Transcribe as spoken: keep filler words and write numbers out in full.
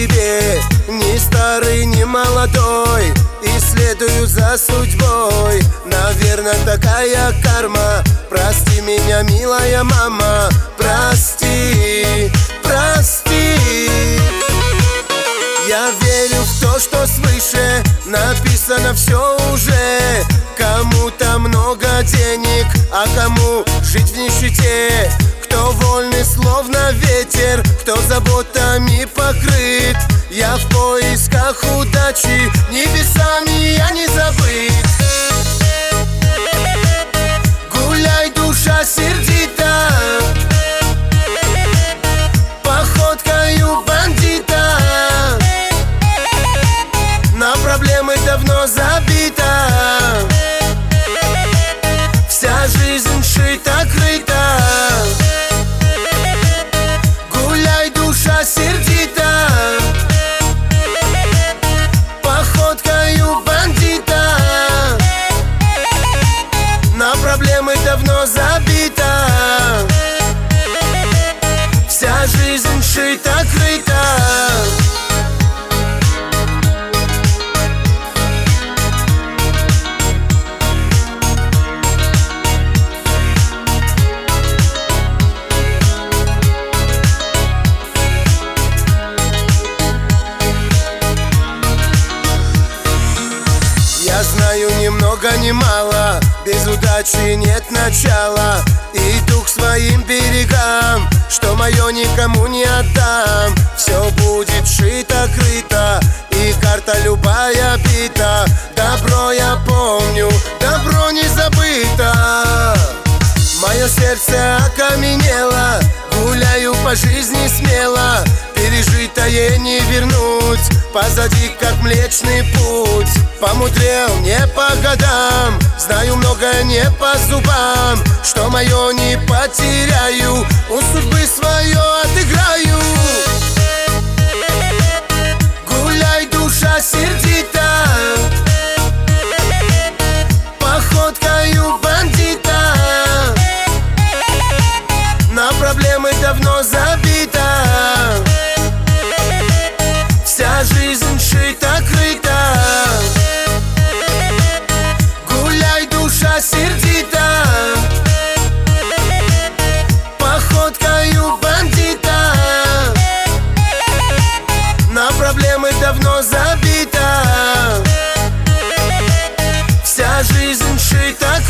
себе, ни старый, ни молодой, и следую за судьбой. Наверное, такая карма. Прости меня, милая мама, прости, прости. Я верю в то, что свыше написано все уже. Кому-то много денег, а кому жить в нищете. Кто вольный, словно ветер, кто заботами покрыт. Я в поисках удачи, небесами я не забыт. Гуляй, душа сердита, походкою бандита. На проблемы давно забита, вся жизнь шита-крыта. Гуляй, душа сердита, походкою бандита. На проблемы давно забита, вся жизнь шита-крыта. Я знаю ни много ни мало, без удачи нет начала. Иду к своим берегам, что мое никому не отдам. Все будет шито-крыто, и карта любая бита. Добро я помню, добро не забыто. Мое сердце окаменело, гуляю по жизни смело. Пережитое не вернуть, позади как млечный путь. Помудрел не по годам, знаю многое не по зубам. Что мое не потеряю, у судьбы свое отыграю. Гуляй, душа сердита, походкою бандита. На проблемы давно забита, вся жизнь шита-крыта. Гуляй, душа сердита, походкою бандита. На проблемы давно забита, вся жизнь шита-крыта.